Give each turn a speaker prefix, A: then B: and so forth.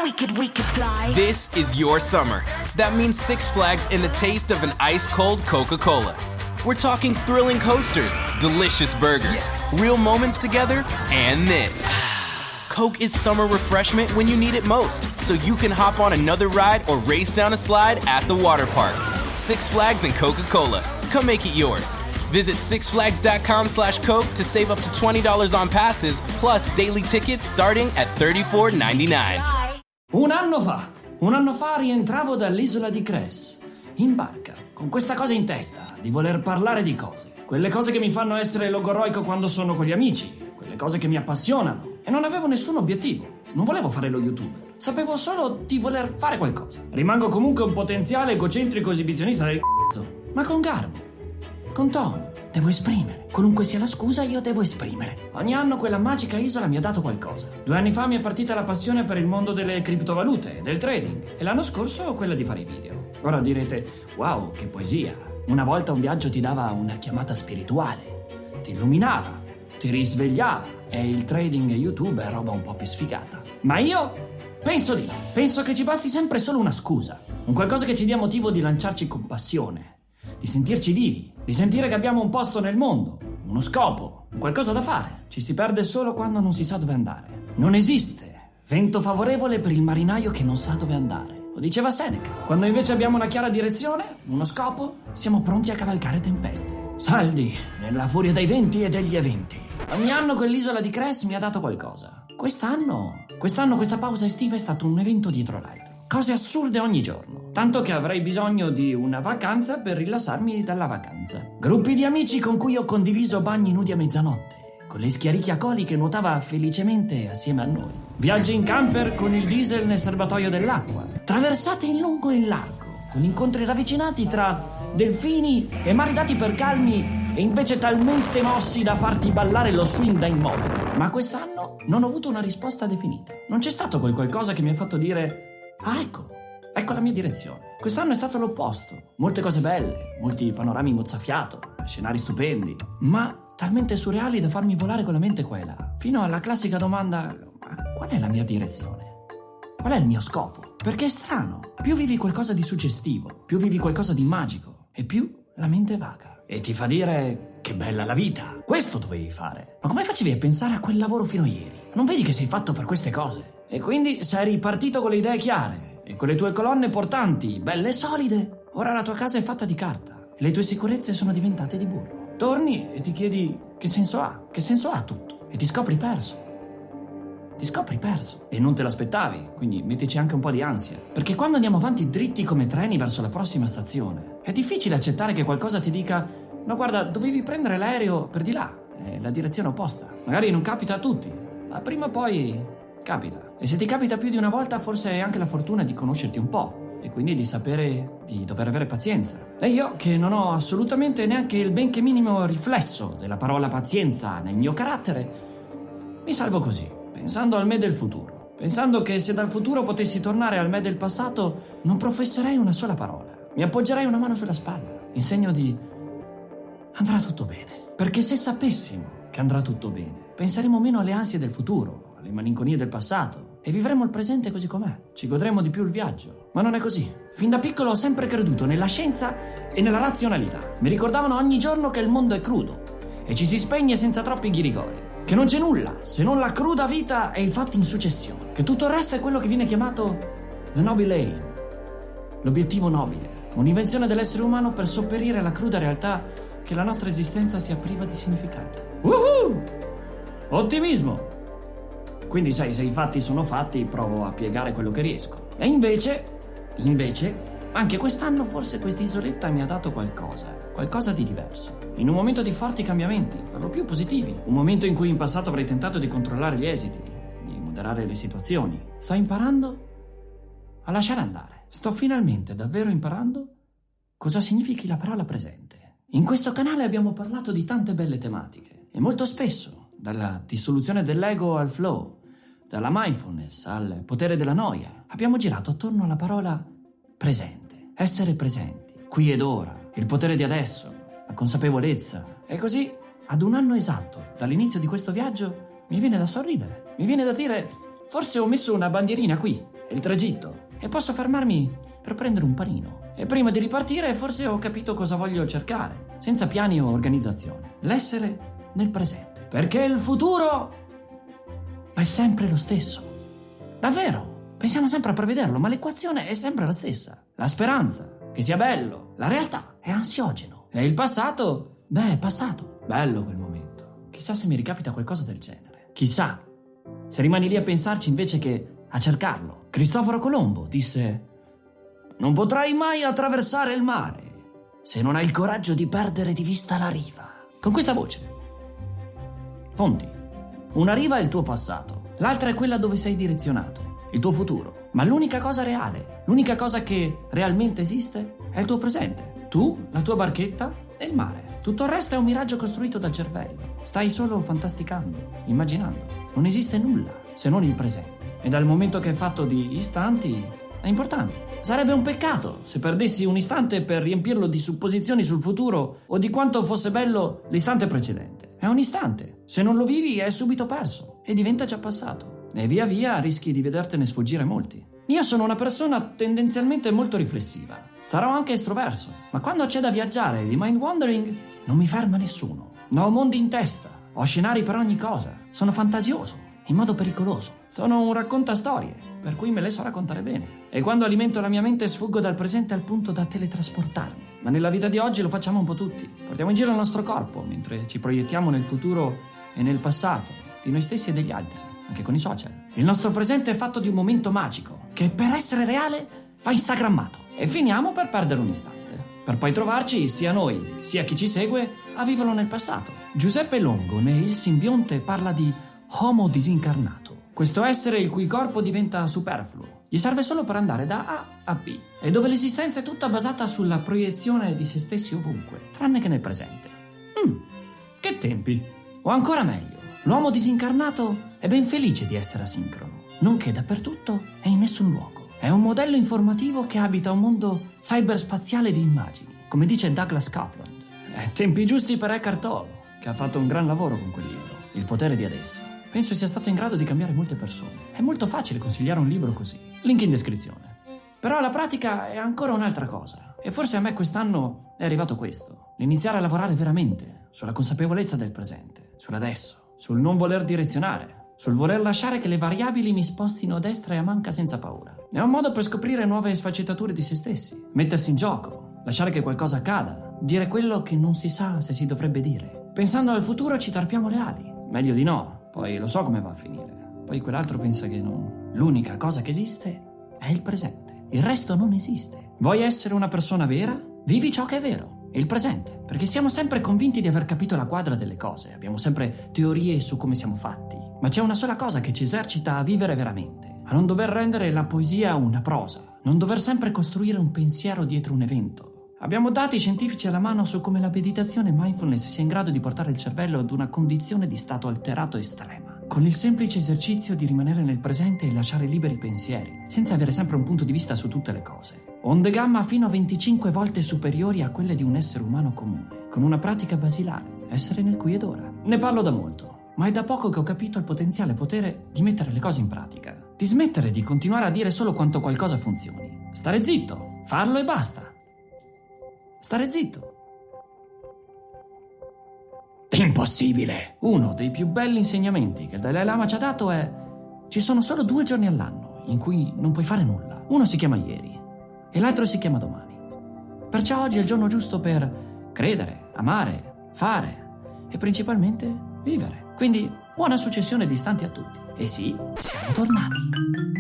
A: we could fly.
B: This is your summer. That means Six Flags and the taste of an ice-cold Coca-Cola. We're talking thrilling coasters, delicious burgers, real moments together, and this. Coke is summer refreshment when you need it most, so you can hop on another ride or race down a slide at the water park. Six Flags and Coca-Cola. Come make it yours. Visit sixflags.com/Coke to save up to $20 on passes, plus daily tickets starting at $34.99.
C: Un anno fa rientravo dall'isola di Cres, in barca, con questa cosa in testa, di voler parlare di cose. Quelle cose che mi fanno essere logorroico quando sono con gli amici, quelle cose che mi appassionano. E non avevo nessun obiettivo. Non volevo fare lo youtuber. Sapevo solo di voler fare qualcosa. Rimango comunque un potenziale egocentrico esibizionista del c***o, ma con garbo, con tono. Devo esprimere. Qualunque sia la scusa, io devo esprimere. Ogni anno quella magica isola mi ha dato qualcosa. 2 anni fa mi è partita la passione per il mondo delle criptovalute, del trading. E l'anno scorso quella di fare i video. Ora direte, wow, che poesia. Una volta un viaggio ti dava una chiamata spirituale. Ti illuminava, ti risvegliava. E il trading e YouTube è roba un po' più sfigata. Ma io penso di no. Penso che ci basti sempre solo una scusa. Un qualcosa che ci dia motivo di lanciarci con passione. Di sentirci vivi, di sentire che abbiamo un posto nel mondo, uno scopo, qualcosa da fare. Ci si perde solo quando non si sa dove andare. Non esiste vento favorevole per il marinaio che non sa dove andare. Lo diceva Seneca. Quando invece abbiamo una chiara direzione, uno scopo, siamo pronti a cavalcare tempeste. Saldi nella furia dei venti e degli eventi. Ogni anno quell'isola di Cres mi ha dato qualcosa. Quest'anno questa pausa estiva è stato un evento dietro l'altro. Cose assurde ogni giorno, tanto che avrei bisogno di una vacanza per rilassarmi dalla vacanza. Gruppi di amici con cui ho condiviso bagni nudi a mezzanotte, con le schiaricchie Coli che nuotava felicemente assieme a noi. Viaggi in camper con il diesel nel serbatoio dell'acqua. Traversate in lungo e in largo, con incontri ravvicinati tra delfini e mari dati per calmi e invece talmente mossi da farti ballare lo swing da immobile. Ma quest'anno non ho avuto una risposta definita. Non c'è stato quel qualcosa che mi ha fatto dire: ah, ecco la mia direzione. Quest'anno è stato l'opposto. Molte cose belle, molti panorami mozzafiato, scenari stupendi, ma talmente surreali da farmi volare con la mente qua e là. Fino alla classica domanda: ma qual è la mia direzione? Qual è il mio scopo? Perché è strano. Più vivi qualcosa di suggestivo, più vivi qualcosa di magico, e più la mente vaga. E ti fa dire: che bella la vita, questo dovevi fare. Ma come facevi a pensare a quel lavoro fino a ieri? Non vedi che sei fatto per queste cose? E quindi sei ripartito con le idee chiare e con le tue colonne portanti, belle e solide. Ora la tua casa è fatta di carta e le tue sicurezze sono diventate di burro. Torni e ti chiedi che senso ha? Che senso ha tutto? E ti scopri perso. E non te l'aspettavi, quindi mettici anche un po' di ansia. Perché quando andiamo avanti dritti come treni verso la prossima stazione, è difficile accettare che qualcosa ti dica: no, guarda, dovevi prendere l'aereo per di là, è la direzione opposta. Magari non capita a tutti, ma prima o poi capita. E se ti capita più di una volta, forse hai anche la fortuna di conoscerti un po', e quindi di sapere di dover avere pazienza. E io, che non ho assolutamente neanche il benché minimo riflesso della parola pazienza nel mio carattere, mi salvo così, pensando al me del futuro. Pensando che se dal futuro potessi tornare al me del passato, non professerei una sola parola. Mi appoggerei una mano sulla spalla, in segno di: andrà tutto bene. Perché se sapessimo che andrà tutto bene, penseremo meno alle ansie del futuro, alle malinconie del passato, e vivremo il presente così com'è. Ci godremo di più il viaggio. Ma non è così. Fin da piccolo ho sempre creduto nella scienza e nella razionalità. Mi ricordavano ogni giorno che il mondo è crudo e ci si spegne senza troppi ghirigori. Che non c'è nulla se non la cruda vita e i fatti in successione. Che tutto il resto è quello che viene chiamato the noble aim, l'obiettivo nobile, un'invenzione dell'essere umano per sopperire alla cruda realtà che la nostra esistenza sia priva di significato. Ottimismo! Quindi sai, se i fatti sono fatti, provo a piegare quello che riesco. E invece, anche quest'anno forse quest'isoletta mi ha dato qualcosa di diverso. In un momento di forti cambiamenti, per lo più positivi. Un momento in cui in passato avrei tentato di controllare gli esiti, di moderare le situazioni. Sto imparando a lasciare andare. Sto finalmente davvero imparando cosa significhi la parola presente. In questo canale abbiamo parlato di tante belle tematiche, e molto spesso, dalla dissoluzione dell'ego al flow, dalla mindfulness al potere della noia, abbiamo girato attorno alla parola presente, essere presenti, qui ed ora, il potere di adesso, la consapevolezza. E così, ad un anno esatto dall'inizio di questo viaggio, mi viene da sorridere, mi viene da dire: forse ho messo una bandierina qui, il tragitto, e posso fermarmi per prendere un panino. E prima di ripartire forse ho capito cosa voglio cercare, senza piani o organizzazione. L'essere nel presente. Perché il futuro è sempre lo stesso. Davvero, pensiamo sempre a prevederlo, ma l'equazione è sempre la stessa. La speranza, che sia bello. La realtà è ansiogeno. E il passato, è passato. Bello quel momento. Chissà se mi ricapita qualcosa del genere. Chissà se rimani lì a pensarci invece che a cercarlo. Cristoforo Colombo disse: non potrai mai attraversare il mare se non hai il coraggio di perdere di vista la riva. Con questa voce. Fonti. Una riva è il tuo passato, l'altra è quella dove sei direzionato, il tuo futuro. Ma l'unica cosa reale, l'unica cosa che realmente esiste è il tuo presente. Tu, la tua barchetta e il mare. Tutto il resto è un miraggio costruito dal cervello. Stai solo fantasticando, immaginando. Non esiste nulla se non il presente. E dal momento che è fatto di istanti, è importante. Sarebbe un peccato se perdessi un istante per riempirlo di supposizioni sul futuro o di quanto fosse bello l'istante precedente. È un istante. Se non lo vivi è subito perso e diventa già passato. E via via rischi di vedertene sfuggire molti. Io sono una persona tendenzialmente molto riflessiva. Sarò anche estroverso, ma quando c'è da viaggiare di mind wandering non mi ferma nessuno. Ho mondi in testa, ho scenari per ogni cosa. Sono fantasioso, in modo pericoloso. Sono un raccontastorie, per cui me le so raccontare bene. E quando alimento la mia mente sfuggo dal presente al punto da teletrasportarmi. Ma nella vita di oggi lo facciamo un po' tutti. Portiamo in giro il nostro corpo, mentre ci proiettiamo nel futuro e nel passato, di noi stessi e degli altri, anche con i social. Il nostro presente è fatto di un momento magico, che per essere reale va instagrammato. E finiamo per perdere un istante, per poi trovarci, sia noi, sia chi ci segue, a viverlo nel passato. Giuseppe Longo, ne Il simbionte, parla di Homo disincarnato. Questo essere il cui corpo diventa superfluo. Gli serve solo per andare da A a B. E dove l'esistenza è tutta basata sulla proiezione di se stessi ovunque, tranne che nel presente. Che tempi! O ancora meglio, l'uomo disincarnato è ben felice di essere asincrono, nonché dappertutto e in nessun luogo. È un modello informativo che abita un mondo cyberspaziale di immagini, come dice Douglas Coupland. Tempi giusti per Eckhart Tolle, che ha fatto un gran lavoro con quel libro, Il potere di adesso. Penso sia stato in grado di cambiare molte persone. È molto facile consigliare un libro così. Link in descrizione. Però la pratica è ancora un'altra cosa. E forse a me quest'anno è arrivato questo. L'iniziare a lavorare veramente sulla consapevolezza del presente, sull'adesso, sul non voler direzionare, sul voler lasciare che le variabili mi spostino a destra e a manca senza paura. È un modo per scoprire nuove sfaccettature di se stessi, mettersi in gioco, lasciare che qualcosa accada, dire quello che non si sa se si dovrebbe dire. Pensando al futuro ci tarpiamo le ali. Meglio di no. Poi lo so come va a finire. Poi quell'altro pensa che non. L'unica cosa che esiste è il presente. Il resto non esiste. Vuoi essere una persona vera? Vivi ciò che è vero, il presente. Perché siamo sempre convinti di aver capito la quadra delle cose. Abbiamo sempre teorie su come siamo fatti. Ma c'è una sola cosa che ci esercita a vivere veramente. A non dover rendere la poesia una prosa. Non dover sempre costruire un pensiero dietro un evento. Abbiamo dati scientifici alla mano su come la meditazione e mindfulness sia in grado di portare il cervello ad una condizione di stato alterato estrema, con il semplice esercizio di rimanere nel presente e lasciare liberi i pensieri, senza avere sempre un punto di vista su tutte le cose. Onde gamma fino a 25 volte superiori a quelle di un essere umano comune, con una pratica basilare, essere nel qui ed ora. Ne parlo da molto, ma è da poco che ho capito il potenziale potere di mettere le cose in pratica, di smettere di continuare a dire solo quanto qualcosa funzioni. Stare zitto, farlo e basta. Stare zitto. Impossibile! Uno dei più belli insegnamenti che il Dalai Lama ci ha dato è: ci sono solo 2 giorni all'anno in cui non puoi fare nulla. Uno si chiama ieri e l'altro si chiama domani. Perciò oggi è il giorno giusto per credere, amare, fare e principalmente vivere. Quindi buona successione di istanti a tutti. E sì, siamo tornati.